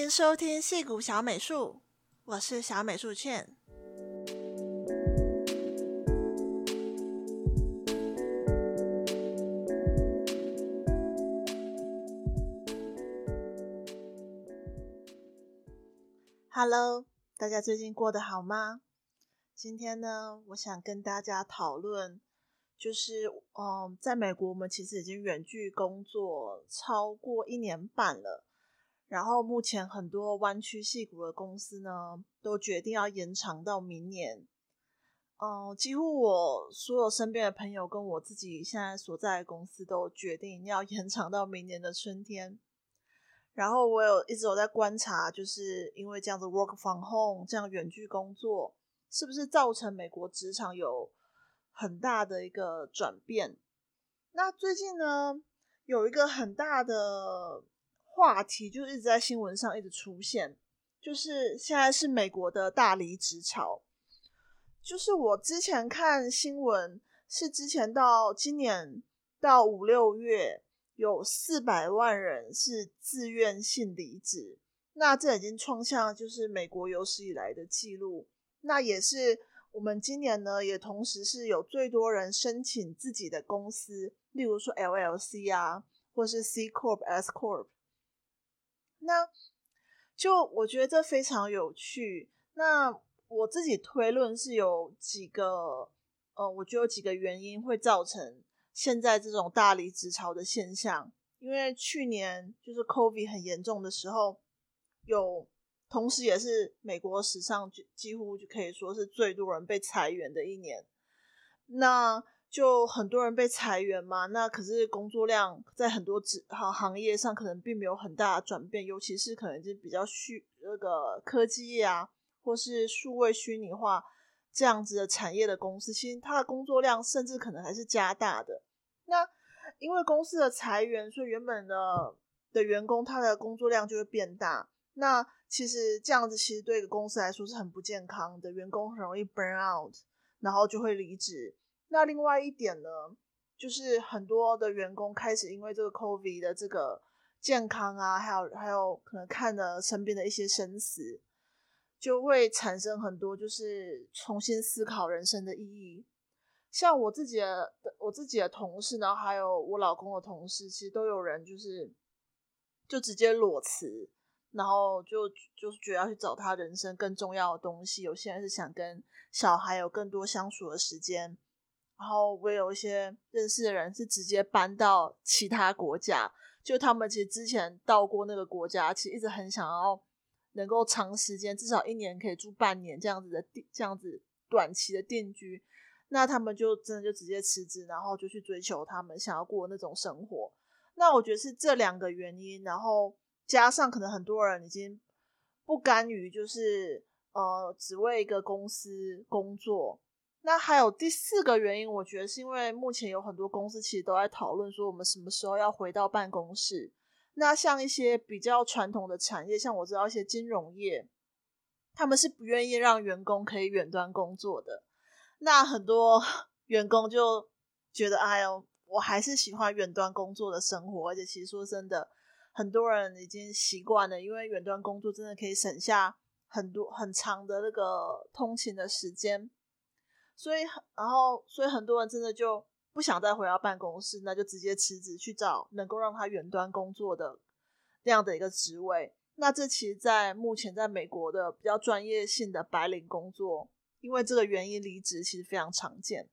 迎收听矽谷小美术，我是小美术茜。Hello， 大家最近过得好吗？今天呢，我想跟大家讨论，就是在美国我们其实已经远距工作超过1年半了，然后目前很多湾区矽谷的公司呢，都决定要延长到明年。几乎我所有身边的朋友跟我自己现在所在的公司都决定要延长到明年的春天。然后我一直有在观察，就是因为这样子 work from home 这样远距工作，是不是造成美国职场有很大的一个转变。那最近呢，有一个很大的话题，就是一直在新闻上一直出现，就是现在是美国的大离职潮。就是我之前看新闻，是之前到今年到5、6月有400万人是自愿性离职，那这已经创下就是美国有史以来的记录。那也是我们今年呢，也同时是有最多人申请自己的公司，例如说 LLC 啊，或是 C Corp、S Corp。那就我觉得这非常有趣。那我自己推论是有几个我觉得有几个原因会造成现在这种大离职潮的现象。因为去年就是 COVID 很严重的时候，同时也是美国史上几乎就可以说是最多人被裁员的一年。那就很多人被裁员嘛，那可是工作量在很多行业上可能并没有很大的转变，尤其是可能是比较那个科技业啊，或是数位虚拟化这样子的产业的公司，其实它的工作量甚至可能还是加大的。那因为公司的裁员，所以原本的员工他的工作量就会变大。那其实这样子其实对一个公司来说是很不健康的，员工很容易 burn out， 然后就会离职。那另外一点呢，就是很多的员工开始因为这个 COVID 的这个健康啊，还有可能看了身边的一些生死，就会产生很多就是重新思考人生的意义。像我自己的同事，然后还有我老公的同事，其实都有人就直接裸辞，然后就是觉得要去找他人生更重要的东西。有些人是想跟小孩有更多相处的时间，然后我也有一些认识的人是直接搬到其他国家，就他们其实之前到过那个国家，其实一直很想要能够长时间，至少1年可以住半年这样子短期的定居。那他们就真的就直接辞职，然后就去追求他们想要过的那种生活。那我觉得是这2个原因，然后加上可能很多人已经不甘于就是只为一个公司工作。那还有第4个原因，我觉得是因为目前有很多公司其实都在讨论说我们什么时候要回到办公室。那像一些比较传统的产业，像我知道一些金融业，他们是不愿意让员工可以远端工作的。那很多员工就觉得哎呦，我还是喜欢远端工作的生活。而且其实说真的，很多人已经习惯了，因为远端工作真的可以省下很长的那个通勤的时间。所以很多人真的就不想再回到办公室，那就直接辞职去找能够让他远端工作的这样的一个职位。那这其实在目前在美国的比较专业性的白领工作，因为这个原因离职其实非常常见。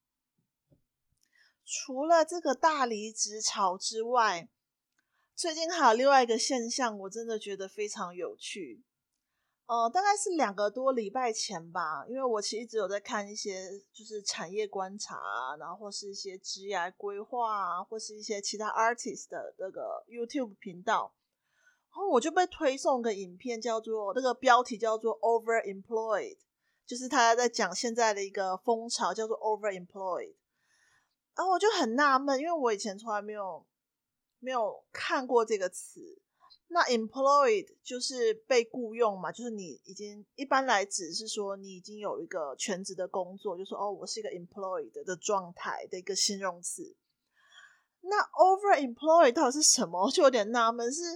除了这个大离职潮之外，最近还有另外一个现象，我真的觉得非常有趣。大概是2个多礼拜前吧，因为我其实一直有在看一些就是产业观察啊，然后或是一些职业规划啊，或是一些其他 artist 的那个 YouTube 频道，然后我就被推送个影片，那个标题叫做 Overemployed， 就是他在讲现在的一个风潮叫做 Overemployed。 然后我就很纳闷，因为我以前从来没有看过这个词。那 employed 就是被雇用嘛，就是你已经一般来指是说你已经有一个全职的工作，就说我是一个 employed 的状态的一个形容词。那 overemployed 到底是什么？就有点纳闷，是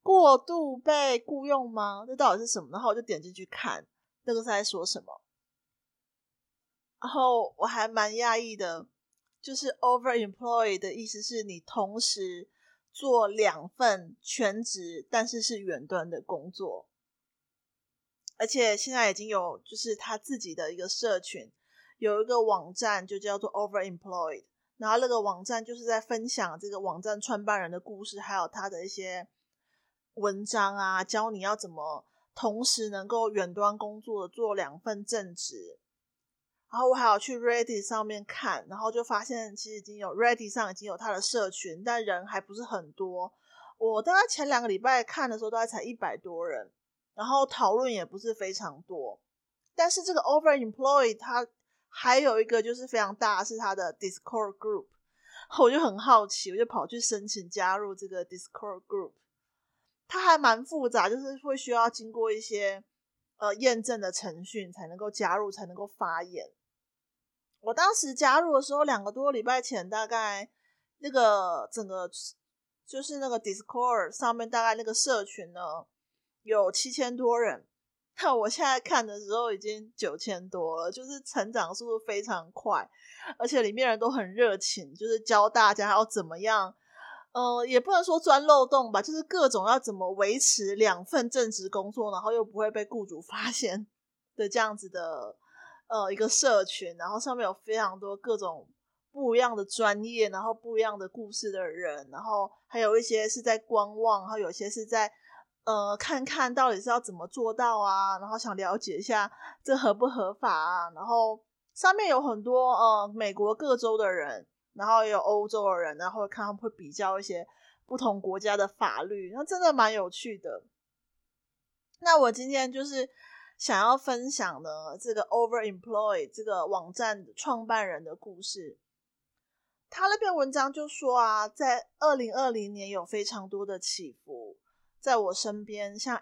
过度被雇用吗？这到底是什么？然后我就点进去看那个是在说什么，然后我还蛮讶异的，就是 overemployed 的意思是你同时做2份全职但是是远端的工作，而且现在已经有就是他自己的一个社群，有一个网站就叫做 overemployed， 然后那个网站就是在分享这个网站创办人的故事，还有他的一些文章啊，教你要怎么同时能够远端工作做2份正职。然后我还有去 Reddit 上面看，然后就发现其实Reddit 上已经有他的社群，但人还不是很多。我大概前2个礼拜看的时候大概才100多人，然后讨论也不是非常多。但是这个 overemployed 它还有一个就是非常大，是它的 Discord group， 我就很好奇，我就跑去申请加入这个 Discord group。它还蛮复杂，就是会需要经过一些验证的程序才能够加入，才能够发言。我当时加入的时候2个多礼拜前，大概那个整个就是那个 Discord 上面大概那个社群呢有7000多人，但我现在看的时候已经9000多了，就是成长速度非常快，而且里面人都很热情，就是教大家要怎么样也不能说钻漏洞吧，就是各种要怎么维持2份正职工作，然后又不会被雇主发现的这样子的一个社群，然后上面有非常多各种不一样的专业，然后不一样的故事的人，然后还有一些是在观望，然后有些是在看看到底是要怎么做到啊，然后想了解一下这合不合法啊，然后上面有很多美国各州的人，然后也有欧洲的人，然后看他们会比较一些不同国家的法律，那真的蛮有趣的。那我今天就是想要分享的这个 overemployed 这个网站创办人的故事。他那篇文章就说啊，在2020年有非常多的起伏，在我身边像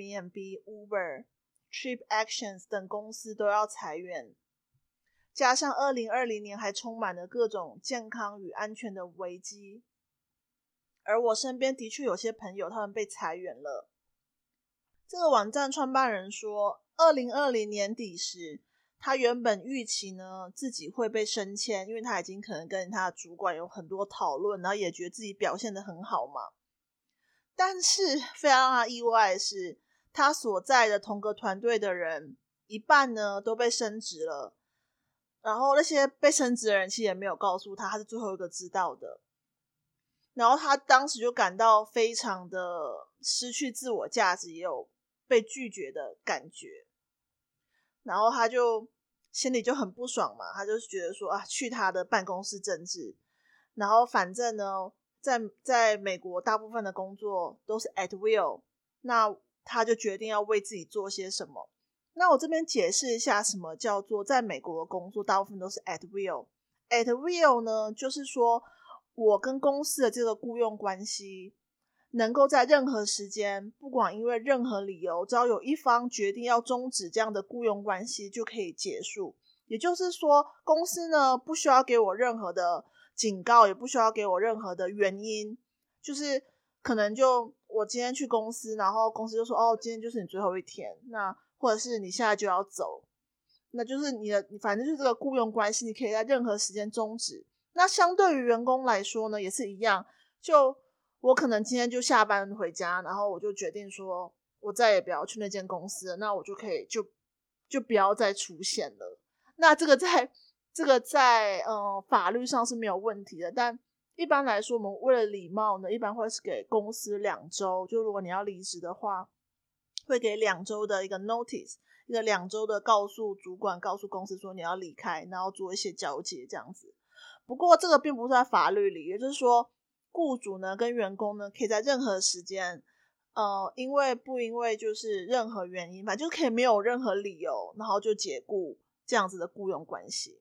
Airbnb、Uber、TripActions 等公司都要裁员，加上2020年还充满了各种健康与安全的危机，而我身边的确有些朋友他们被裁员了。这个网站创办人说2020年底时，他原本预期呢自己会被升迁，因为他已经可能跟他的主管有很多讨论，然后也觉得自己表现得很好嘛。但是非常让他意外的是，他所在的同个团队的人一半呢都被升职了，然后那些被升职的人其实也没有告诉他，他是最后一个知道的。然后他当时就感到非常的失去自我价值，也有被拒绝的感觉，然后他就心里就很不爽嘛，他就觉得说啊，去他的办公室政治，然后反正呢在美国大部分的工作都是 at will， 那他就决定要为自己做些什么。那我这边解释一下什么叫做在美国的工作大部分都是 at will。 at will 呢，就是说我跟公司的这个雇用关系能够在任何时间，不管因为任何理由，只要有一方决定要终止这样的雇用关系就可以结束。也就是说公司呢不需要给我任何的警告，也不需要给我任何的原因，就是可能就我今天去公司，然后公司就说哦，今天就是你最后一天，那或者是你现在就要走，那就是你反正就是这个雇用关系你可以在任何时间终止。那相对于员工来说呢也是一样，就我可能今天就下班回家，然后我就决定说我再也不要去那间公司了，那我就可以就不要再出现了。那这个在法律上是没有问题的，但一般来说我们为了礼貌呢，一般会是给公司2周，就如果你要离职的话会给2周的一个 notice， 一个2周的告诉主管告诉公司说你要离开，然后做一些交接这样子。不过这个并不是在法律里，也就是说雇主呢跟员工呢可以在任何时间因为就是任何原因，反正就可以没有任何理由然后就解雇这样子的雇佣关系。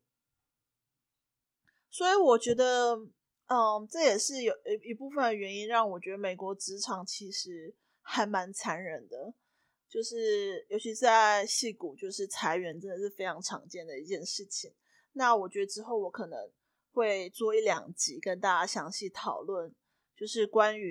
所以我觉得这也是有一部分的原因让我觉得美国职场其实还蛮残忍的，就是尤其是在矽谷，就是裁员真的是非常常见的一件事情。那我觉得之后我可能会做1-2集跟大家详细讨论，就是关于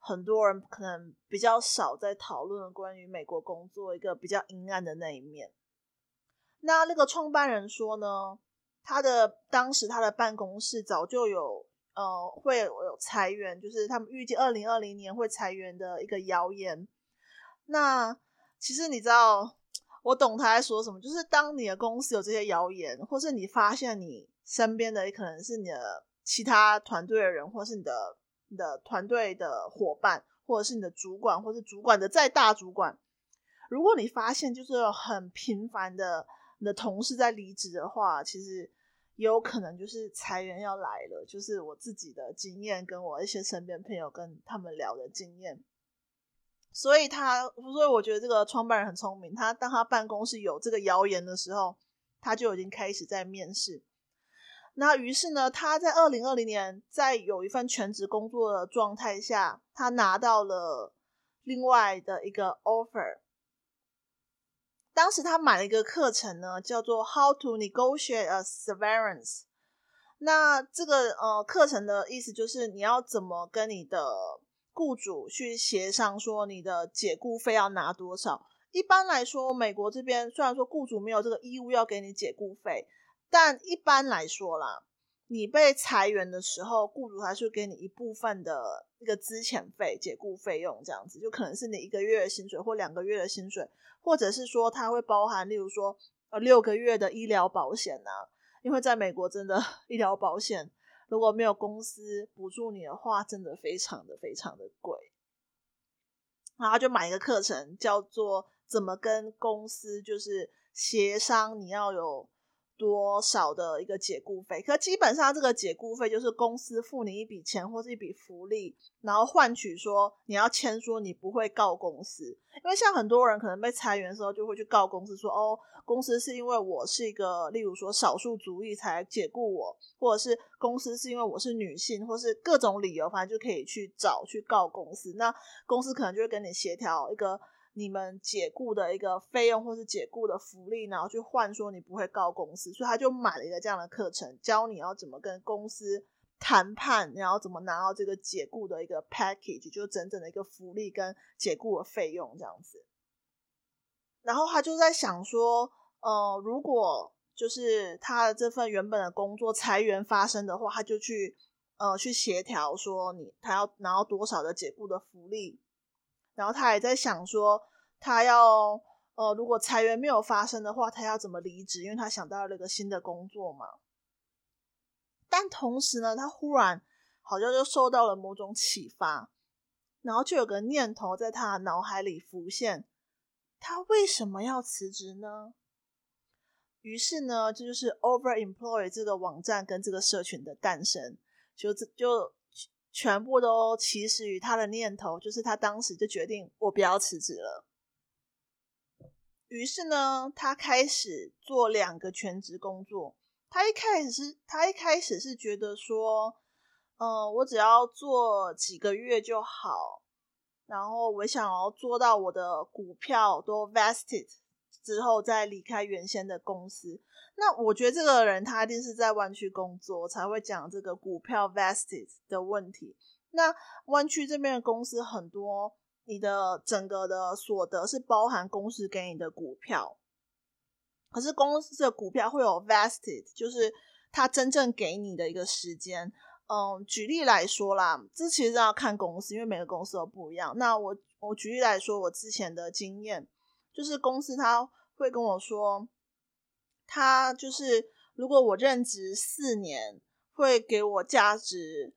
很多人可能比较少在讨论关于美国工作一个比较阴暗的那一面。那个创办人说呢，当时他的办公室早就有会有裁员，就是他们预计2020年会裁员的一个谣言。那其实你知道我懂他在说什么，就是当你的公司有这些谣言，或是你发现你身边的可能是你的其他团队的人，或是你的团队的伙伴，或者是你的主管，或是主管的再大主管，如果你发现就是有很频繁的你的同事在离职的话，其实也有可能就是裁员要来了，就是我自己的经验跟我一些身边朋友跟他们聊的经验。所以我觉得这个创办人很聪明，当他办公室有这个谣言的时候，他就已经开始在面试。那于是呢，他在2020年在有一份全职工作的状态下，他拿到了另外的一个 offer。当时他买了一个课程呢，叫做 How to Negotiate a Severance。那这个课程的意思就是你要怎么跟你的雇主去协商说你的解雇费要拿多少。一般来说，美国这边虽然说雇主没有这个义务要给你解雇费，但一般来说啦，你被裁员的时候，雇主还是会给你一部分的一个资遣费、解雇费用这样子，就可能是你1个月的薪水或2个月的薪水，或者是说它会包含例如说6个月的医疗保险啊，因为在美国真的医疗保险如果没有公司补助你的话，真的非常的非常的贵。然后就买一个课程叫做怎么跟公司就是协商你要有多少的一个解雇费，可基本上这个解雇费就是公司付你一笔钱或是一笔福利，然后换取说你要签说你不会告公司。因为像很多人可能被裁员的时候就会去告公司说公司是因为我是一个例如说少数族裔才解雇我，或者是公司是因为我是女性，或是各种理由，反正就可以去告公司。那公司可能就会跟你协调一个你们解雇的一个费用或是解雇的福利，然后去换说你不会告公司。所以他就买了一个这样的课程，教你要怎么跟公司谈判，然后怎么拿到这个解雇的一个 package， 就整整的一个福利跟解雇的费用这样子。然后他就在想说如果就是他的这份原本的工作裁员发生的话，他就去协调说他要拿到多少的解雇的福利。然后他也在想说他要如果裁员没有发生的话，他要怎么离职，因为他想到了一个新的工作嘛。但同时呢，他忽然好像就受到了某种启发，然后就有个念头在他的脑海里浮现，他为什么要辞职呢？于是呢，这就是 Overemployed 这个网站跟这个社群的诞生，就全部都起始于他的念头，就是他当时就决定我不要辞职了。于是呢，他开始做2个全职工作。他一开始是觉得说我只要做几个月就好，然后我想要做到我的股票都 vested 之后再离开原先的公司。那我觉得这个人他一定是在湾区工作才会讲这个股票 vested 的问题。那湾区这边的公司很多，你的整个的所得是包含公司给你的股票，可是公司的股票会有 vested， 就是他真正给你的一个时间。举例来说啦，这其实要看公司，因为每个公司都不一样。那我举例来说，我之前的经验就是公司他会跟我说，他就是如果我任职4年会给我价值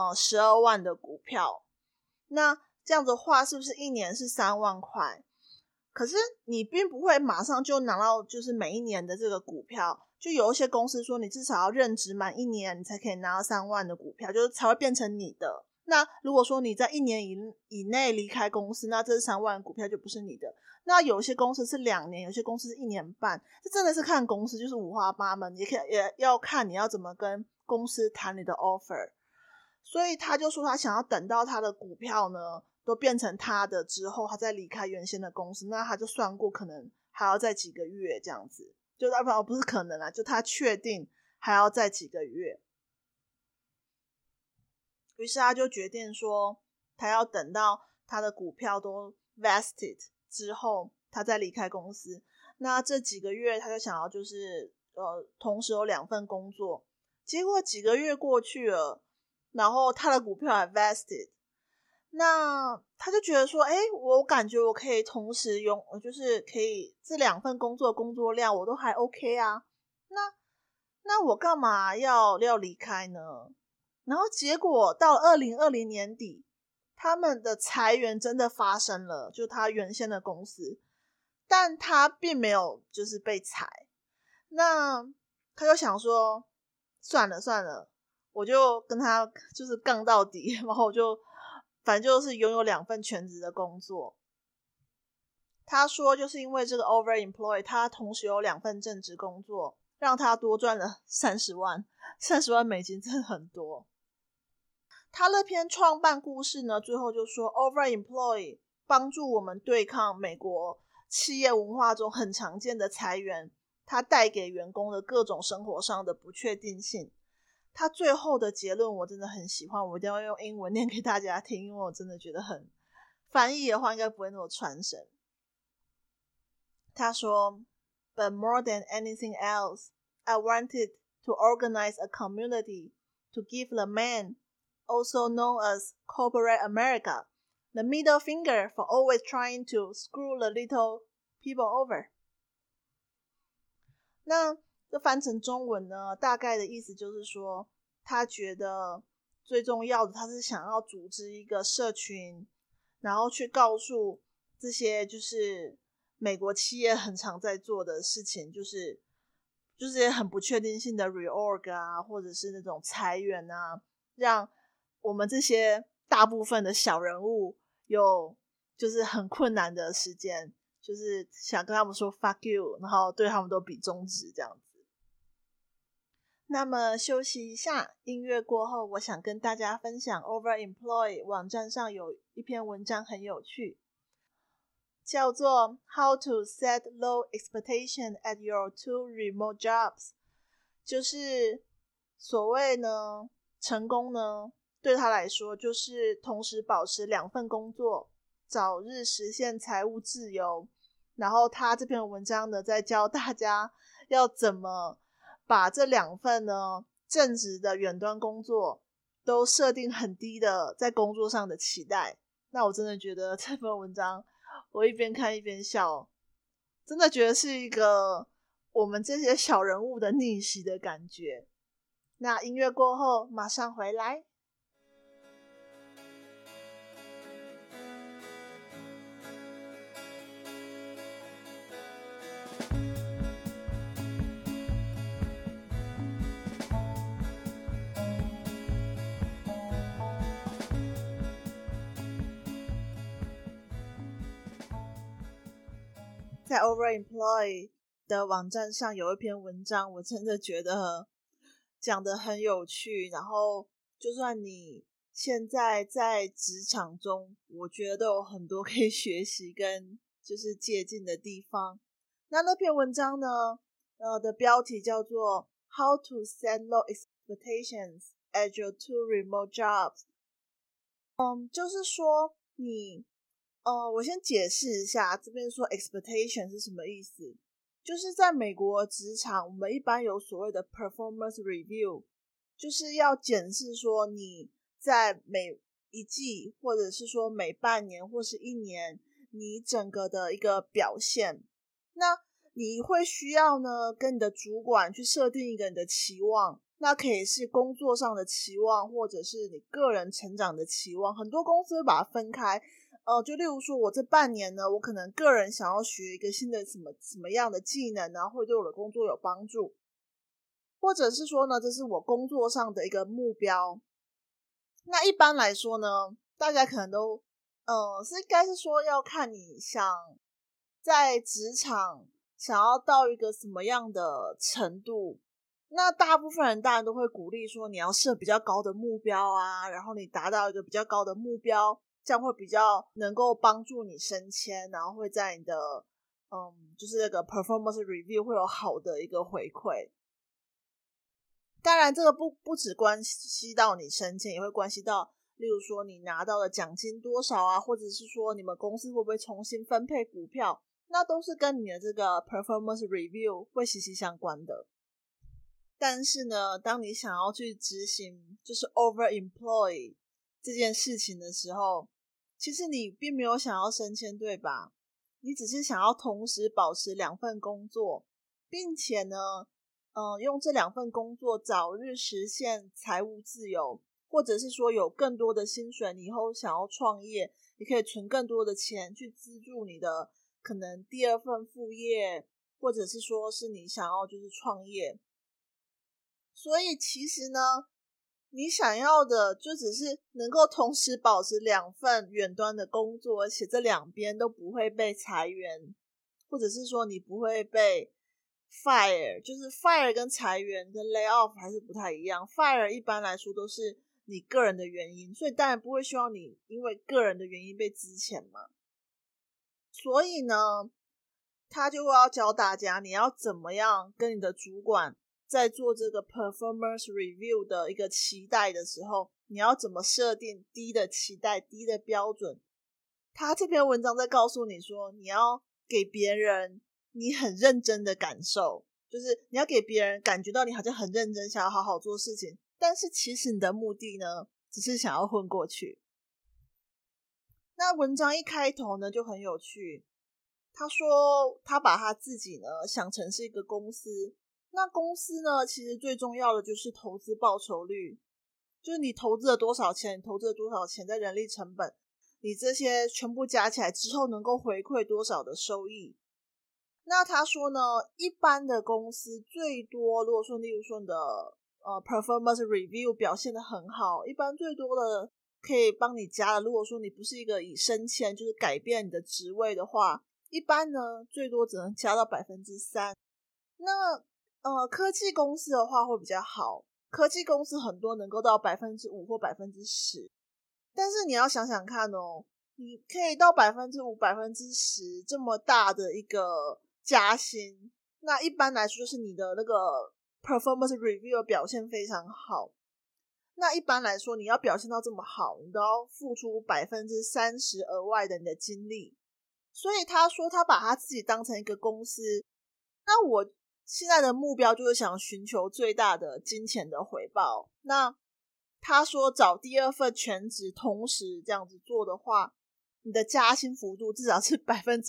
12万的股票。那这样子的话是不是1年是3万块？可是你并不会马上就拿到就是每一年的这个股票，就有一些公司说你至少要任职满1年你才可以拿到3万的股票，就是才会变成你的。那如果说你在1年以内离开公司，那这3万股票就不是你的。那有些公司是2年，有些公司是1年半，这真的是看公司，就是五花八门，也要看你要怎么跟公司谈你的 offer。所以他就说他想要等到他的股票呢都变成他的之后，他再离开原先的公司。那他就算过可能还要再几个月这样子，就不是可能啦，就他确定还要再几个月。于是他就决定说他要等到他的股票都 vested 之后他再离开公司。那这几个月他就想要就是同时有2份工作，结果几个月过去了，然后他的股票还 vested， 那他就觉得说我感觉我可以同时就是可以这2份工作的工作量我都还 OK 啊，那我干嘛要离开呢？然后结果到2020年底，他们的裁员真的发生了，就他原先的公司，但他并没有就是被裁。那他就想说算了，我就跟他就是杠到底，然后我就反正就是拥有2份全职的工作。他说就是因为这个 overemployed， 他同时有2份正职工作，让他多赚了30万美金，真的很多。他那篇创办故事呢，最后就说 overemployed 帮助我们对抗美国企业文化中很常见的裁员，它带给员工的各种生活上的不确定性。他最后的结论我真的很喜欢，我一定要用英文念给大家听，因为我真的觉得很翻译的话应该不会那么传神。他说 But more than anything else, I wanted to organize a community to give the man, also known as corporate America, the middle finger for always trying to screw the little people over. 那这翻成中文呢，大概的意思就是说，他觉得最重要的，他是想要组织一个社群，然后去告诉这些就是美国企业很常在做的事情，就是很不确定性的 reorg 啊，或者是那种裁员啊，让我们这些大部分的小人物有就是很困难的时间，就是想跟他们说 fuck you， 然后对他们都比中指这样子。那么休息一下，音乐过后，我想跟大家分享 Overemployed 网站上有一篇文章很有趣，叫做 How to Set Low Expectation at Your Two Remote Jobs， 就是所谓呢，成功呢对他来说就是同时保持2份工作，早日实现财务自由。然后他这篇文章呢在教大家要怎么把这2份呢正职的远端工作都设定很低的在工作上的期待。那我真的觉得这篇文章我一边看一边笑，真的觉得是一个我们这些小人物的逆袭的感觉。那音乐过后马上回来。在 Overemployed 的网站上有一篇文章，我真的觉得讲得很有趣，然后就算你现在在职场中，我觉得都有很多可以学习跟就是借鉴的地方。那篇文章呢的标题叫做 How to Set Low Expectations at Your Two Remote Jobs。就是说我先解释一下，这边说 expectation 是什么意思，就是在美国职场，我们一般有所谓的 performance review， 就是要检视说你在每一季，或者是说每半年或是1年，你整个的一个表现。那你会需要呢跟你的主管去设定一个你的期望，那可以是工作上的期望，或者是你个人成长的期望。很多公司会把它分开，就例如说我这半年呢，我可能个人想要学一个新的什么样的技能啊，会对我的工作有帮助，或者是说呢，这是我工作上的一个目标。那一般来说呢，大家可能都是应该是说要看你想在职场想要到一个什么样的程度。那大部分人当然都会鼓励说你要设比较高的目标啊，然后你达到一个比较高的目标，这样会比较能够帮助你升迁，然后会在你的就是那个 performance review 会有好的一个回馈。当然这个不只关系到你升迁，也会关系到例如说你拿到的奖金多少啊，或者是说你们公司会不会重新分配股票，那都是跟你的这个 performance review 会息息相关的。但是呢，当你想要去执行就是 overemploy 这件事情的时候，其实你并没有想要升迁，对吧？你只是想要同时保持2份工作，并且呢用这2份工作早日实现财务自由，或者是说有更多的薪水，你以后想要创业，你可以存更多的钱去资助你的可能第2份副业，或者是说是你想要就是创业。所以其实呢，你想要的就只是能够同时保持2份远端的工作，而且这2边都不会被裁员，或者是说你不会被 fire， 就是 fire 跟裁员跟 lay off 还是不太一样。 fire 一般来说都是你个人的原因，所以当然不会希望你因为个人的原因被资遣嘛。所以呢，他就要教大家你要怎么样跟你的主管在做这个 performance review 的一个期待的时候，你要怎么设定低的期待、低的标准。他这篇文章在告诉你说，你要给别人你很认真的感受，就是你要给别人感觉到你好像很认真想要好好做事情，但是其实你的目的呢，只是想要混过去。那文章一开头呢就很有趣，他说他把他自己呢想成是一个公司，那公司呢其实最重要的就是投资报酬率，就是你投资了多少钱，你投资了多少钱在人力成本，你这些全部加起来之后能够回馈多少的收益。那他说呢，一般的公司最多，如果说例如说你的performance review 表现得很好，一般最多的可以帮你加的，如果说你不是一个以升迁就是改变你的职位的话，一般呢最多只能加到 3%。 那科技公司的话会比较好，科技公司很多能够到 5% 或 10%， 但是你要想想看哦，你可以到 5%、10% 这么大的一个加薪，那一般来说就是你的那个 performance review 表现非常好，那一般来说你要表现到这么好，你都要付出 30% 额外的你的精力。所以他说他把他自己当成一个公司，那我现在的目标就是想寻求最大的金钱的回报。那他说找第2份全职同时这样子做的话，你的加薪幅度至少是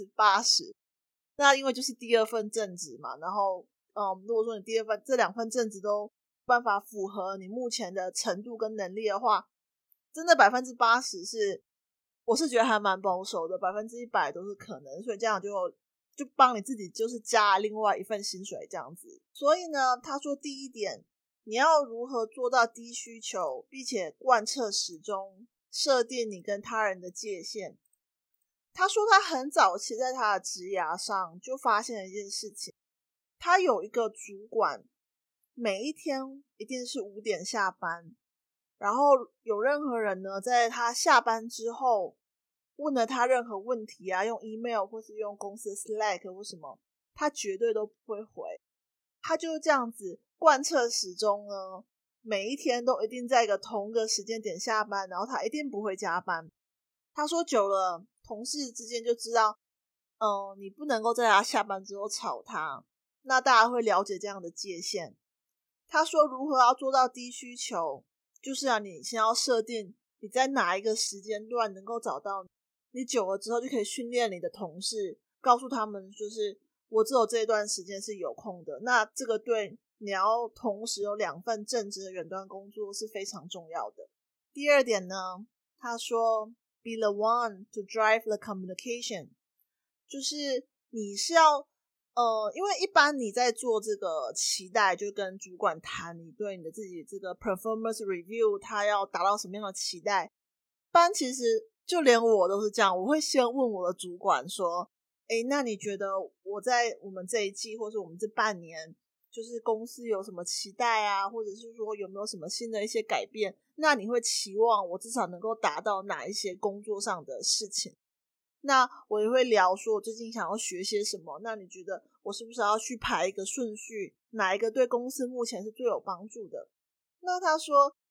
80%。 那因为就是第2份正职嘛，然后如果说你第2份这2份正职都办法符合你目前的程度跟能力的话，真的 80% 是我是觉得还蛮保守的，100%都是可能，所以这样就帮你自己就是加另外1份薪水这样子。所以呢，他说第一点，你要如何做到低需求，并且贯彻始终，设定你跟他人的界限。他说他很早期在他的职涯上就发现了一件事情，他有一个主管每一天一定是5点下班，然后有任何人呢在他下班之后问了他任何问题啊，用 email 或是用公司的 Slack 或什么，他绝对都不会回。他就这样子贯彻始终呢，每一天都一定在一个同个时间点下班，然后他一定不会加班。他说久了同事之间就知道你不能够在他下班之后吵他，那大家会了解这样的界限。他说如何要做到低需求，就是你先要设定你在哪一个时间段能够找到你，久了之后就可以训练你的同事，告诉他们就是我只有这一段时间是有空的，那这个对你要同时有2份正职的远端工作是非常重要的。第2点呢，他说 be the one to drive the communication， 就是你是要因为一般你在做这个期待，就跟主管谈你对你的自己这个 performance review 他要达到什么样的期待，一般其实就连我都是这样，我会先问我的主管说那你觉得我在我们这一季或是我们这半年就是公司有什么期待啊，或者是说有没有什么新的一些改变，那你会期望我至少能够达到哪一些工作上的事情。那我也会聊说我最近想要学些什么，那你觉得我是不是要去排一个顺序，哪一个对公司目前是最有帮助的。那他说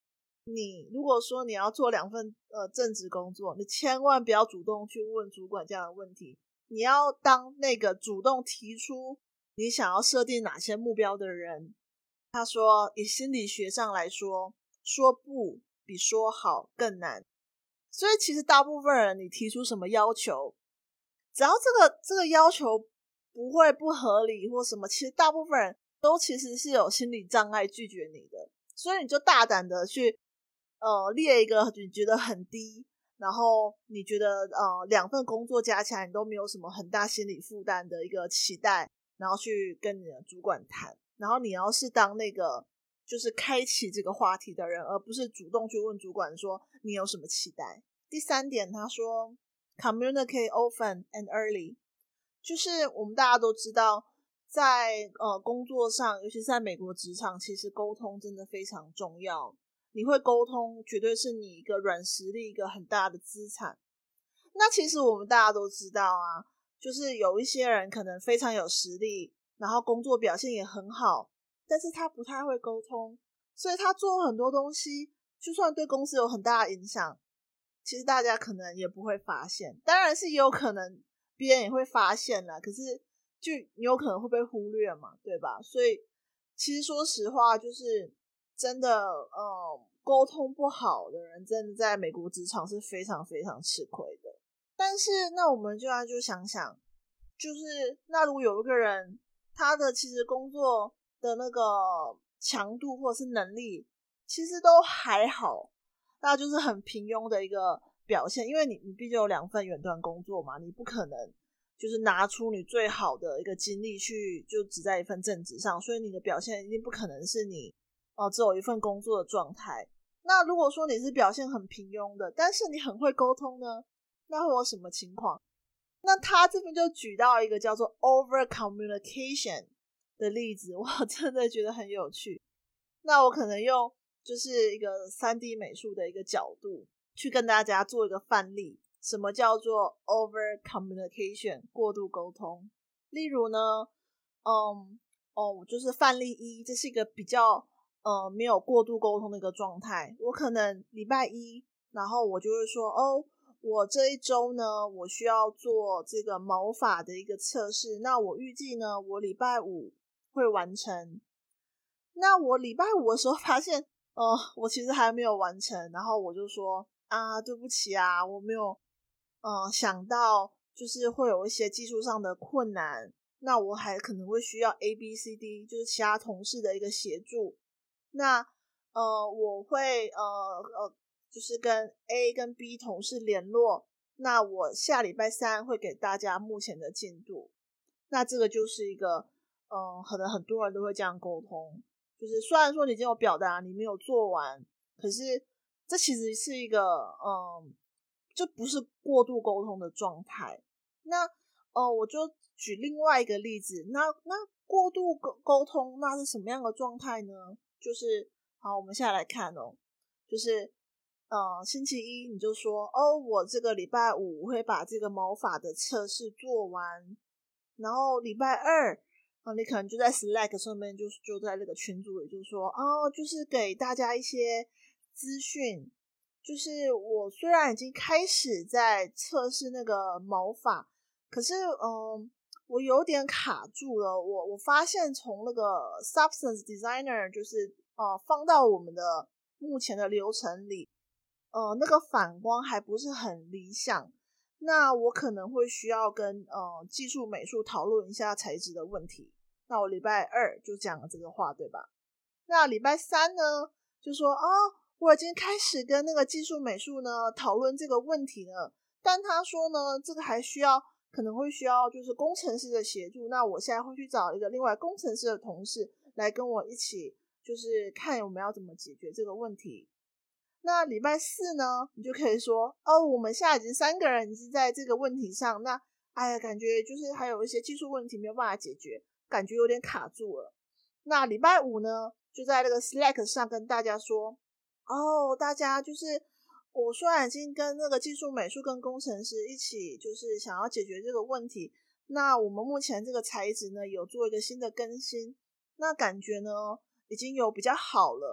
你如果说你要做2份正职工作，你千万不要主动去问主管这样的问题，你要当那个主动提出你想要设定哪些目标的人。他说以心理学上来说，说不比说好更难。所以其实大部分人你提出什么要求，只要这个要求不会不合理或什么，其实大部分人都其实是有心理障碍拒绝你的。所以你就大胆的去列一个你觉得很低，然后你觉得2份工作加起来你都没有什么很大心理负担的一个期待，然后去跟你的主管谈，然后你要是当那个就是开启这个话题的人，而不是主动去问主管说你有什么期待。第3点他说 communicate often and early， 就是我们大家都知道在工作上，尤其是在美国职场，其实沟通真的非常重要。你会沟通绝对是你一个软实力，一个很大的资产。那其实我们大家都知道啊，就是有一些人可能非常有实力，然后工作表现也很好，但是他不太会沟通，所以他做很多东西就算对公司有很大的影响，其实大家可能也不会发现。当然是也有可能别人也会发现啦，可是就你有可能会被忽略嘛，对吧？所以其实说实话，就是真的沟通不好的人真的在美国职场是非常非常吃亏的。但是那我们就想想，就是那如果有一个人他的其实工作的那个强度或者是能力其实都还好，那就是很平庸的一个表现。因为你毕竟有2份远端工作嘛，你不可能就是拿出你最好的一个精力去就只在一份正职上，所以你的表现一定不可能是你只有一份工作的状态。那如果说你是表现很平庸的，但是你很会沟通呢，那会有什么情况？那他这边就举到一个叫做 over communication 的例子，我真的觉得很有趣。那我可能用就是一个 3D 美术的一个角度去跟大家做一个范例，什么叫做 over communication 过度沟通。例如呢就是范例1，这是一个比较没有过度沟通的一个状态。我可能礼拜1，然后我就会说我这一周呢，我需要做这个毛发的一个测试，那我预计呢，我礼拜5会完成。那我礼拜5的时候发现我其实还没有完成，然后我就说对不起啊，我没有想到就是会有一些技术上的困难，那我还可能会需要 ABCD 就是其他同事的一个协助。那我会就是跟 A 跟 B 同事联络，那我下礼拜3会给大家目前的进度。那这个就是一个可能很多人都会这样沟通，就是虽然说你已经有表达你没有做完，可是这其实是一个就不是过度沟通的状态。那我就举另外一个例子，那过度沟通那是什么样的状态呢？就是好，我们现在来看就是星期1你就说我这个礼拜5会把这个毛发的测试做完，然后礼拜2你可能就在 Slack 上面就在那个群组里就说就是给大家一些资讯，就是我虽然已经开始在测试那个毛发，可是我有点卡住了，我发现从那个 Substance Designer 就是放到我们的目前的流程里那个反光还不是很理想，那我可能会需要跟技术美术讨论一下材质的问题。那我礼拜2就讲了这个话，对吧？那礼拜3呢就说我已经开始跟那个技术美术呢讨论这个问题了，但他说呢这个还可能会需要就是工程师的协助，那我现在会去找一个另外工程师的同事来跟我一起就是看我们要怎么解决这个问题。那礼拜4呢你就可以说我们现在已经3个人是在这个问题上，那感觉就是还有一些技术问题没有办法解决，感觉有点卡住了。那礼拜5呢就在那个 Slack 上跟大家说大家就是我虽然已经跟那个技术美术跟工程师一起就是想要解决这个问题，那我们目前这个材质呢有做一个新的更新，那感觉呢已经有比较好了，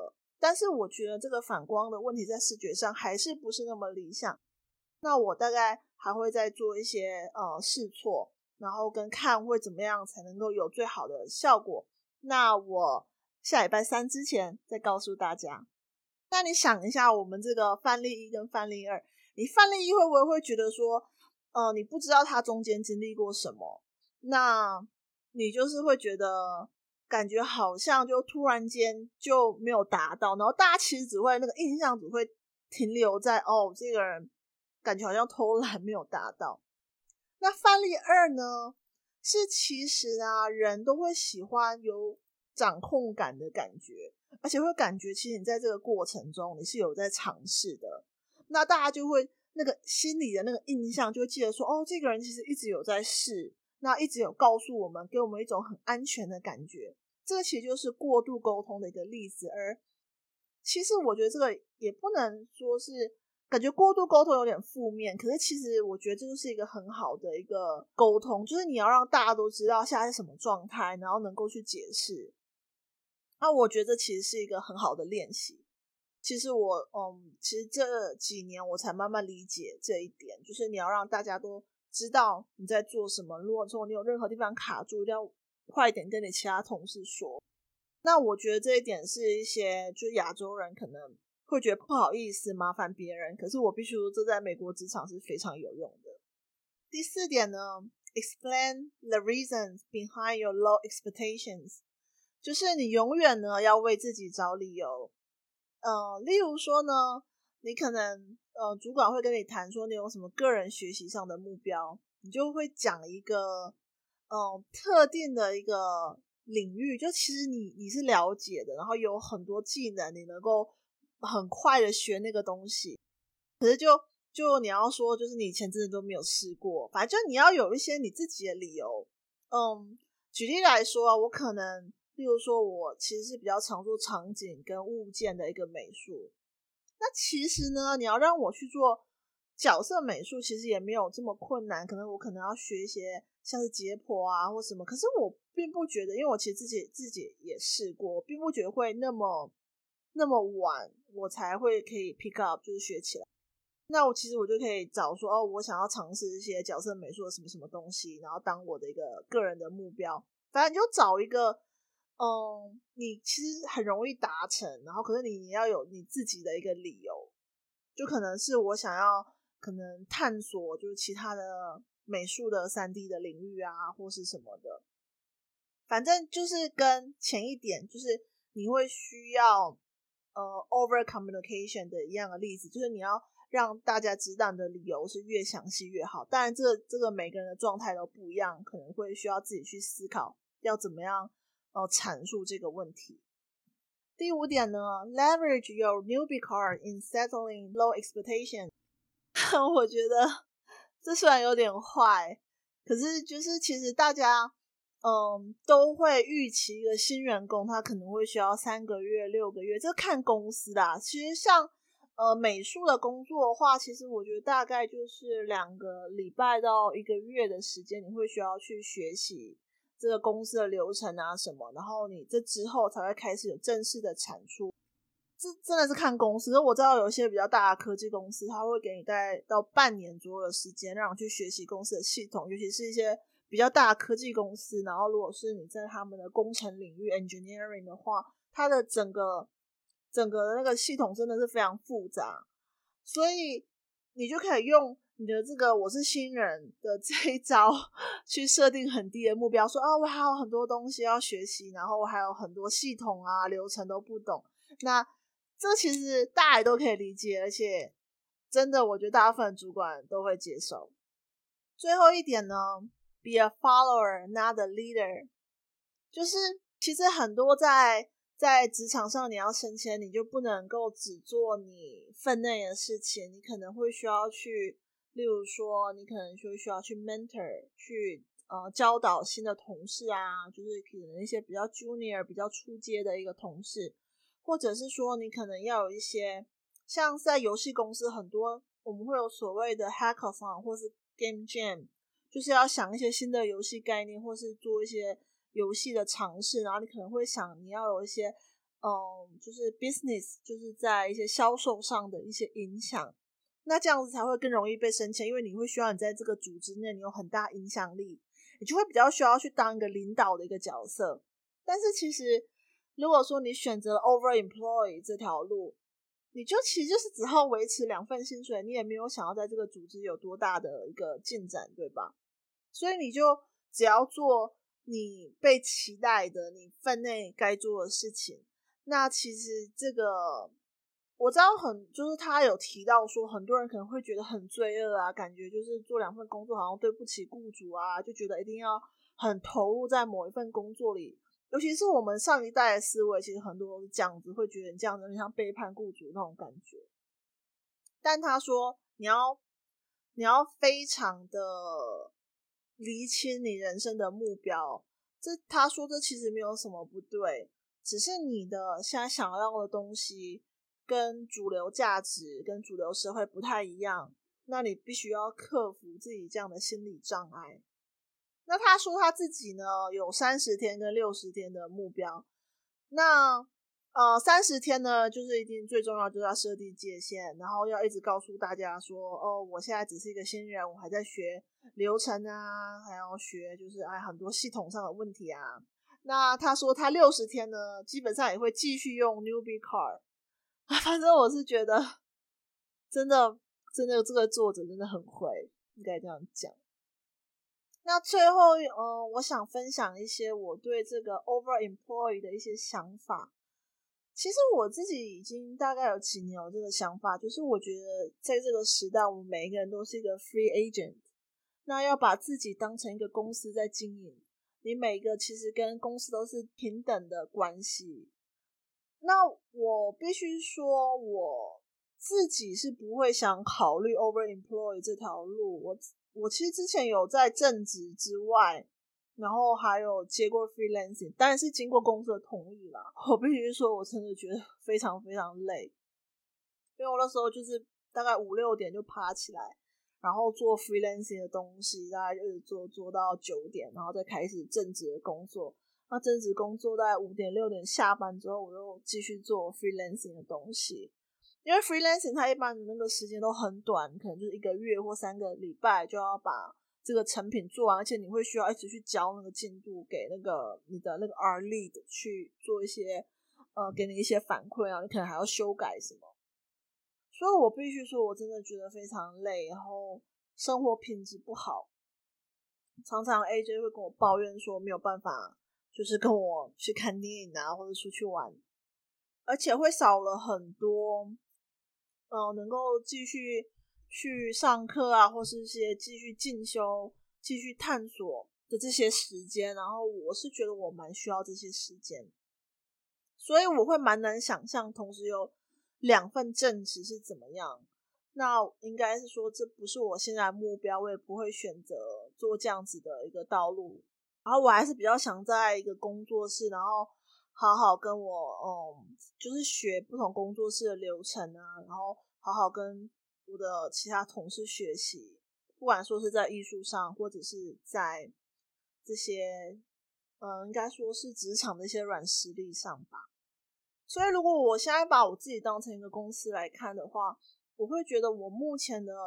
但是我觉得这个反光的问题在视觉上还是不是那么理想。那我大概还会再做一些试错，然后跟看会怎么样才能够有最好的效果。那我下礼拜3之前再告诉大家。那你想一下我们这个范例1跟范例2，你范例1会不会觉得说你不知道他中间经历过什么，那你就是会觉得感觉好像就突然间就没有达到，然后大家其实只会那个印象只会停留在这个人感觉好像偷懒没有达到。那范例2呢，是其实啊人都会喜欢有掌控感的感觉，而且会感觉其实你在这个过程中你是有在尝试的，那大家就会那个心里的那个印象就会记得说这个人其实一直有在试，那一直有告诉我们，给我们一种很安全的感觉。这个其实就是过度沟通的一个例子。而其实我觉得这个也不能说是感觉过度沟通有点负面，可是其实我觉得这就是一个很好的一个沟通，就是你要让大家都知道现在是什么状态，然后能够去解释。那我觉得其实是一个很好的练习。其实其实这几年我才慢慢理解这一点，就是你要让大家都知道你在做什么，如果说你有任何地方卡住，一定要快点跟你其他同事说。那我觉得这一点是一些就是亚洲人可能会觉得不好意思麻烦别人，可是我必须说这在美国职场是非常有用的。第4点呢， explain the reasons behind your low expectations， 就是你永远呢要为自己找理由。例如说呢，你可能主管会跟你谈说你有什么个人学习上的目标，你就会讲一个特定的一个领域，就其实你是了解的，然后有很多技能你能够很快的学那个东西，可是就你要说就是你以前真的都没有试过，反正就你要有一些你自己的理由。举例来说啊，我可能例如说我其实是比较常做场景跟物件的一个美术，那其实呢你要让我去做角色美术其实也没有这么困难，我可能要学一些像是解剖啊或什么，可是我并不觉得，因为我其实自己也试过，我并不觉得会那么晚我才会可以 pick up 就是学起来。那我其实就可以找说我想要尝试一些角色美术的什么什么东西，然后当我的一个个人的目标。反正你就找一个你其实很容易达成，然后可是你要有你自己的一个理由，就可能是我想要可能探索就是其他的美术的 3D 的领域啊或是什么的。反正就是跟前一点就是你会需要over communication 的一样的例子，就是你要让大家知道你的理由是越详细越好。当然这个每个人的状态都不一样，可能会需要自己去思考要怎么样阐述这个问题。第5点呢， leverage your newbie card in settling low expectation 我觉得这虽然有点坏，可是就是其实大家都会预期一个新员工他可能会需要3个月6个月，这看公司啦。其实像美术的工作的话，其实我觉得大概就是2个礼拜到1个月的时间，你会需要去学习这个公司的流程啊什么，然后你这之后才会开始有正式的产出。这真的是看公司，我知道有一些比较大的科技公司他会给你大概到半年左右的时间让你去学习公司的系统，尤其是一些比较大的科技公司，然后如果是你在他们的工程领域 engineering 的话，它的整个那个系统真的是非常复杂，所以你就可以用你的这个我是新人的这一招去设定很低的目标，说我还有很多东西要学习，然后我还有很多系统啊流程都不懂。那这其实大家都可以理解，而且真的我觉得大部分主管都会接受。最后一点呢， be a follower not a leader， 就是其实很多在职场上你要升迁，你就不能够只做你分内的事情，你可能会需要去例如说你可能就需要去 mentor 去教导新的同事啊，就是可能一些比较 junior 比较初阶的一个同事，或者是说你可能要有一些像在游戏公司很多我们会有所谓的 hackathon 或是 game jam， 就是要想一些新的游戏概念或是做一些游戏的尝试，然后你可能会想你要有一些就是 business 就是在一些销售上的一些影响，那这样子才会更容易被升迁，因为你会需要你在这个组织内你有很大影响力，你就会比较需要去当一个领导的一个角色。但是其实如果说你选择了 overemployee 这条路，你就其实就是只好维持2份薪水，你也没有想要在这个组织有多大的一个进展，对吧？所以你就只要做你被期待的你分内该做的事情。那其实这个我知道就是他有提到说很多人可能会觉得很罪恶啊，感觉就是做2份工作好像对不起雇主啊，就觉得一定要很投入在某一份工作里，尤其是我们上一代的思维其实很多都是这样子，会觉得你这样子像背叛雇主那种感觉。但他说你要非常的厘清你人生的目标，他说这其实没有什么不对，只是你的现在想要的东西跟主流价值跟主流社会不太一样，那你必须要克服自己这样的心理障碍。那他说他自己呢有30天跟60天的目标，那30天呢就是一定最重要就是要设定界限，然后要一直告诉大家说我现在只是一个新人，我还在学流程啊，还要学就是很多系统上的问题啊。那他说他60天呢基本上也会继续用 newbie card 反正我是觉得真的这个作者真的很会，应该这样讲。那最后我想分享一些我对这个 overemployed 的一些想法。其实我自己已经大概有几年有这个想法，就是我觉得在这个时代我们每一个人都是一个 free agent， 那要把自己当成一个公司在经营，你每一个其实跟公司都是平等的关系。那我必须说我自己是不会想考虑 overemployed 这条路，我其实之前有在正职之外，然后还有接过 freelancing， 当然是经过公司的同意啦。我必须说我真的觉得非常非常累，因为我那时候就是大概5、6点就爬起来，然后做 freelancing 的东西，大概一直做到9点，然后再开始正职的工作。那正职工作大概5点6点下班之后，我又继续做 freelancing 的东西。因为 freelancing 它一般的那个时间都很短，可能就是1个月或3个礼拜就要把这个成品做完，而且你会需要一直去交那个进度给你的那个 R lead 去做一些给你一些反馈啊，你可能还要修改什么。所以我必须说我真的觉得非常累，然后生活品质不好，常常 AJ 会跟我抱怨说没有办法就是跟我去看电影啊或者出去玩，而且会少了很多能够继续去上课啊，或是一些继续进修继续探索的这些时间，然后我是觉得我蛮需要这些时间，所以我会蛮难想象同时有2份正职是怎么样。那应该是说这不是我现在的目标，我也不会选择做这样子的一个道路，然后我还是比较想在一个工作室，然后好好跟我就是学不同工作室的流程啊，然后好好跟我的其他同事学习，不管说是在艺术上或者是在这些应该说是职场的一些软实力上吧。所以如果我现在把我自己当成一个公司来看的话，我会觉得我目前的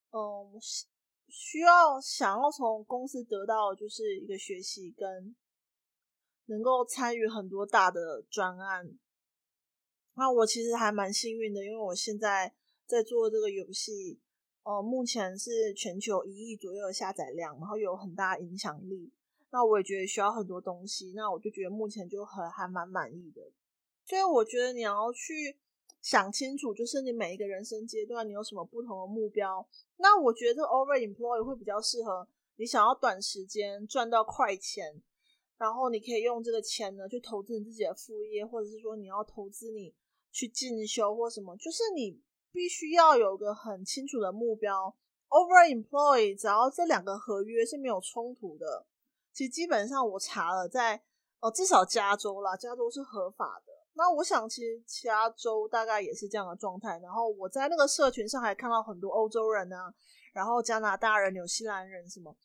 想要从公司得到的就是一个学习跟能够参与很多大的专案。那我其实还蛮幸运的，因为我现在在做这个游戏目前是全球1亿左右的下载量，然后有很大影响力，那我也觉得需要很多东西，那我就觉得目前就还蛮满意的。所以我觉得你要去想清楚，就是你每一个人生阶段你有什么不同的目标。那我觉得这个 overemployed 会比较适合你想要短时间赚到快钱，然后你可以用这个钱呢去投资你自己的副业，或者是说你要投资你去进修或什么，就是你必须要有个很清楚的目标。overemployed 只要这2个合约是没有冲突的，其实基本上我查了在至少加州啦，加州是合法的，那我想其实其他州大概也是这样的状态。然后我在那个社群上还看到很多欧洲人啊，然后加拿大人、纽西兰人什么，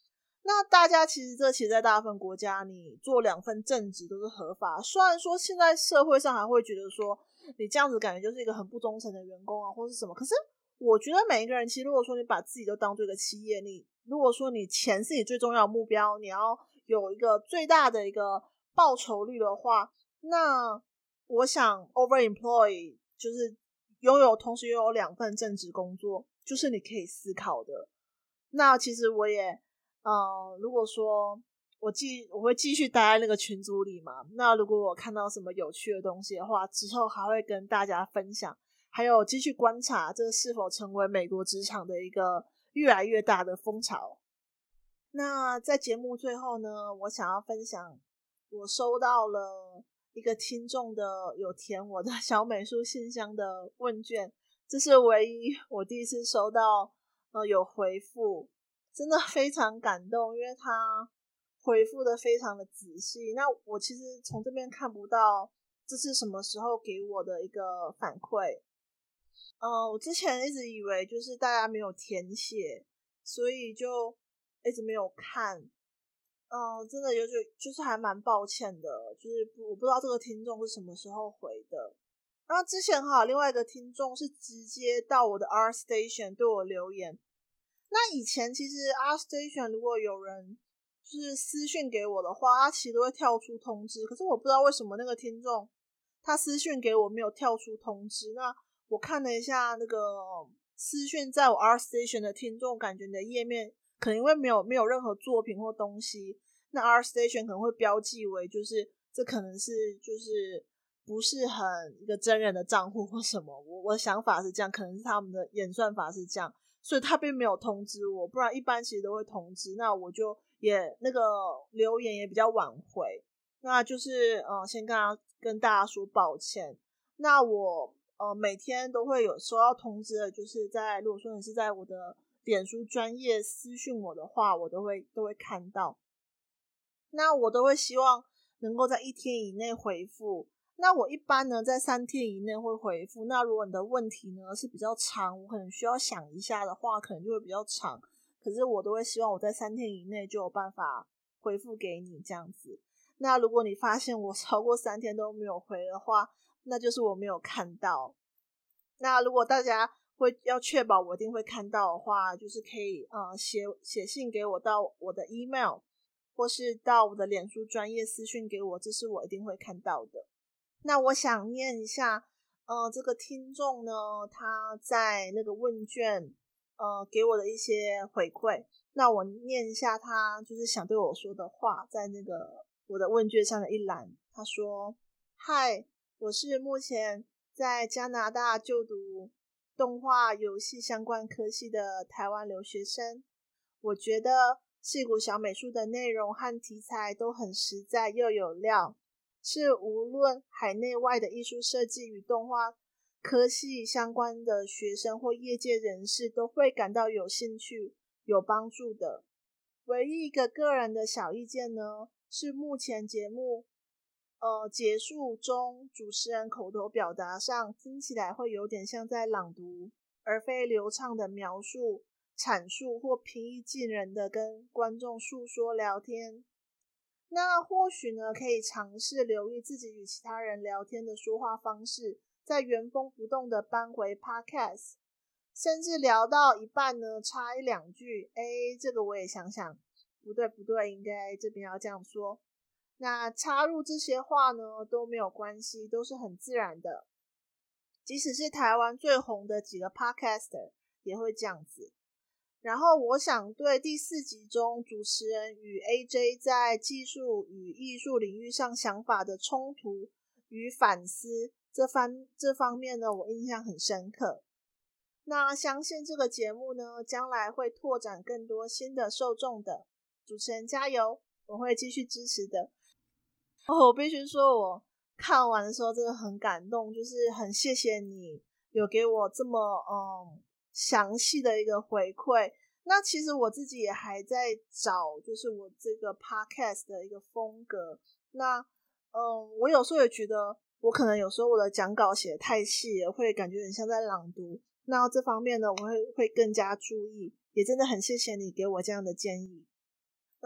那大家其实在大部分国家，你做2份正职都是合法。虽然说现在社会上还会觉得说，你这样子感觉就是一个很不忠诚的员工啊，或是什么。可是我觉得每一个人，其实如果说你把自己都当做一个企业，如果说你钱是你最重要的目标，你要有一个最大的一个报酬率的话，那我想 overemploy 就是同时拥有2份正职工作，就是你可以思考的。那其实我也如果说我会继续待在那个群组里嘛，那如果我看到什么有趣的东西的话，之后还会跟大家分享，还有继续观察这是否成为美国职场的一个越来越大的风潮。那在节目最后呢，我想要分享我收到了一个听众的有填我的小美术信箱的问卷，这是唯一我第一次收到有回复，真的非常感动，因为他回复的非常的仔细。那我其实从这边看不到这是什么时候给我的一个反馈。我之前一直以为就是大家没有填写，所以就一直没有看。真的就是还蛮抱歉的，就是我不知道这个听众是什么时候回的。那之前另外一个听众是直接到我的 ArtStation 对我留言。那以前其实 ArtStation 如果有人就是私讯给我的话，他其实都会跳出通知，可是我不知道为什么那个听众他私讯给我没有跳出通知。那我看了一下那个私讯在我 ArtStation 的听众，感觉你的页面可能因为没有任何作品或东西，那 ArtStation 可能会标记为就是这可能是就是不是很一个真人的账户或什么。我的想法是这样，可能是他们的演算法是这样，所以他并没有通知我，不然一般其实都会通知。那我就也那个留言也比较晚回，那就是先跟大家说抱歉。那我每天都会有收到通知的，就是如果说你是在我的脸书专页私讯我的话，我都会看到。那我都会希望能够在1天以内回复。那我一般呢在3天以内会回复。那如果你的问题呢是比较长，我可能需要想一下的话，可能就会比较长。可是我都会希望我在3天以内就有办法回复给你这样子。那如果你发现我超过3天都没有回的话，那就是我没有看到。那如果大家要确保我一定会看到的话，就是可以写信给我到我的 email， 或是到我的脸书专页私讯给我，这是我一定会看到的。那我想念一下这个听众呢，他在那个问卷给我的一些回馈。那我念一下他就是想对我说的话，在那个我的问卷上的一栏。他说：嗨，我是目前在加拿大就读动画游戏相关科系的台湾留学生。我觉得矽谷小美术的内容和题材都很实在又有料，是无论海内外的艺术设计与动画科系相关的学生或业界人士都会感到有兴趣、有帮助的。唯一一个个人的小意见呢，是目前节目结束中主持人口头表达上听起来会有点像在朗读，而非流畅的描述、阐述或平易近人的跟观众诉说聊天。那或许呢，可以尝试留意自己与其他人聊天的说话方式，再原封不动的搬回 podcast， 甚至聊到一半呢，插1-2句，这个我也想想，不对，应该这边要这样说。那插入这些话呢都没有关系，都是很自然的。即使是台湾最红的几个 podcaster 也会这样子。然后我想对第4集中主持人与 AJ 在技术与艺术领域上想法的冲突与反思这方面呢，我印象很深刻。那相信这个节目呢将来会拓展更多新的受众的。主持人加油，我会继续支持的。我必须说我看完的时候真的很感动，就是很谢谢你有给我这么详细的一个回馈。那其实我自己也还在找就是我这个 podcast 的一个风格。那我有时候也觉得我可能有时候我的讲稿写得太细了，会感觉很像在朗读。那这方面呢我会更加注意，也真的很谢谢你给我这样的建议。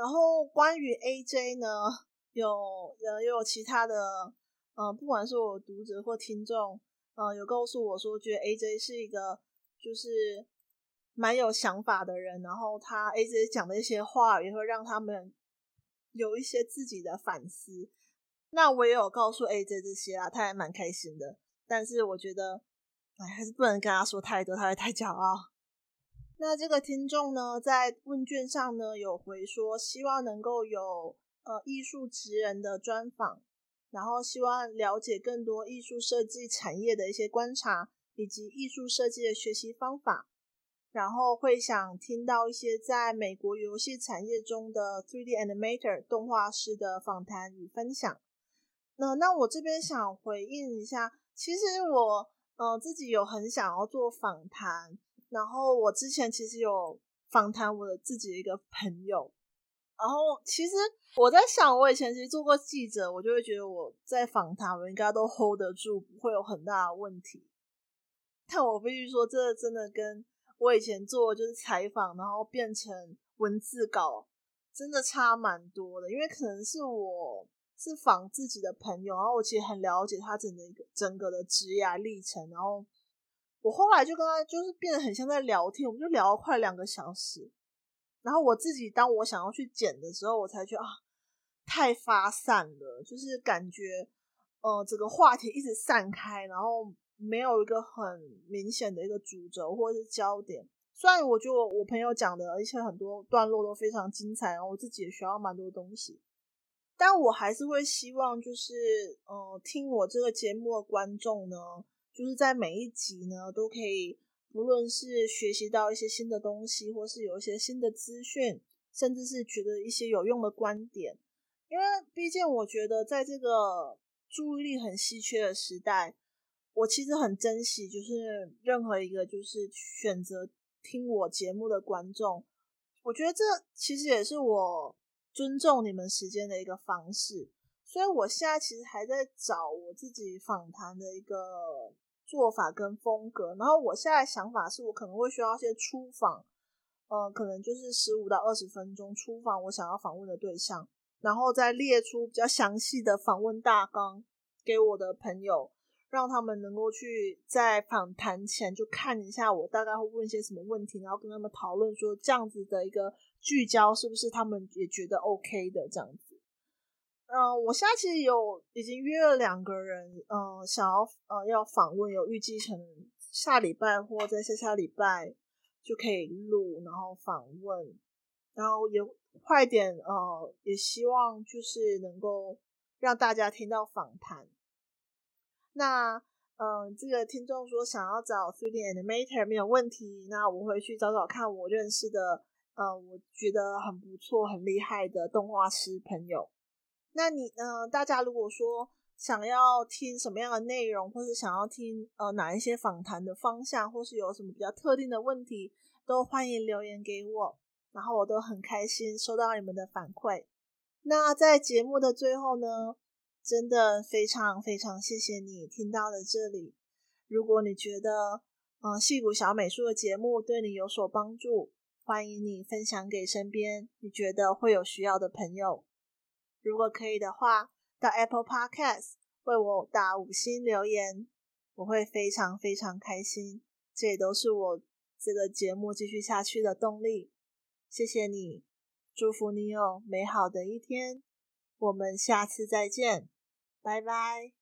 然后关于 AJ 呢，有其他的不管是我读者或听众有告诉我说，觉得 AJ 是一个就是蛮有想法的人，然后他 AJ 讲的一些话也会让他们有一些自己的反思。那我也有告诉 AJ 这些啦，他还蛮开心的，但是我觉得还是不能跟他说太多，他会太骄傲。那这个听众呢，在问卷上呢有回说，希望能够有艺术职人的专访，然后希望了解更多艺术设计产业的一些观察，以及艺术设计的学习方法，然后会想听到一些在美国游戏产业中的 3D animator 动画师的访谈与分享。那我这边想回应一下，其实我自己有很想要做访谈，然后我之前其实有访谈我的自己的一个朋友，然后其实我在想，我以前其实做过记者，我就会觉得我在访谈我应该都 hold 得住，不会有很大的问题。但我必须说，这真的跟我以前做的就是采访然后变成文字稿真的差蛮多的，因为可能是我是访自己的朋友，然后我其实很了解他整个的职涯历程，然后我后来就跟他就是变得很像在聊天，我们就聊了快2个小时，然后我自己当我想要去剪的时候，我才觉得太发散了，就是感觉整个话题一直散开，然后没有一个很明显的一个主轴或者是焦点。虽然我觉得我朋友讲的一些很多段落都非常精彩，然后我自己也学到蛮多东西，但我还是会希望就是听我这个节目的观众呢，就是在每一集呢都可以不论是学习到一些新的东西，或是有一些新的资讯，甚至是觉得一些有用的观点。因为毕竟我觉得在这个注意力很稀缺的时代，我其实很珍惜就是任何一个就是选择听我节目的观众，我觉得这其实也是我尊重你们时间的一个方式。所以我现在其实还在找我自己访谈的一个做法跟风格，然后我现在的想法是我可能会需要一些初访，可能就是15到20分钟初访我想要访问的对象，然后再列出比较详细的访问大纲给我的朋友，让他们能够去在访谈前就看一下我大概会问一些什么问题，然后跟他们讨论说这样子的一个聚焦是不是他们也觉得 OK 的这样子。我现在其实已经约了2个人，想要访问，有预计可能下礼拜或在下礼拜就可以录，然后访问，然后也快点也希望就是能够让大家听到访谈。那这个听众说想要找 3D animator 没有问题，那我会去找找看我认识的我觉得很不错很厉害的动画师朋友。那大家如果说想要听什么样的内容，或是想要听哪一些访谈的方向，或是有什么比较特定的问题，都欢迎留言给我，然后我都很开心收到你们的反馈。那在节目的最后呢，真的非常非常谢谢你听到了这里。如果你觉得矽谷小美术的节目对你有所帮助，欢迎你分享给身边你觉得会有需要的朋友。如果可以的话，到 Apple Podcast 为我打5星留言，我会非常非常开心，这也都是我这个节目继续下去的动力。谢谢你，祝福你有美好的一天，我们下次再见，拜拜。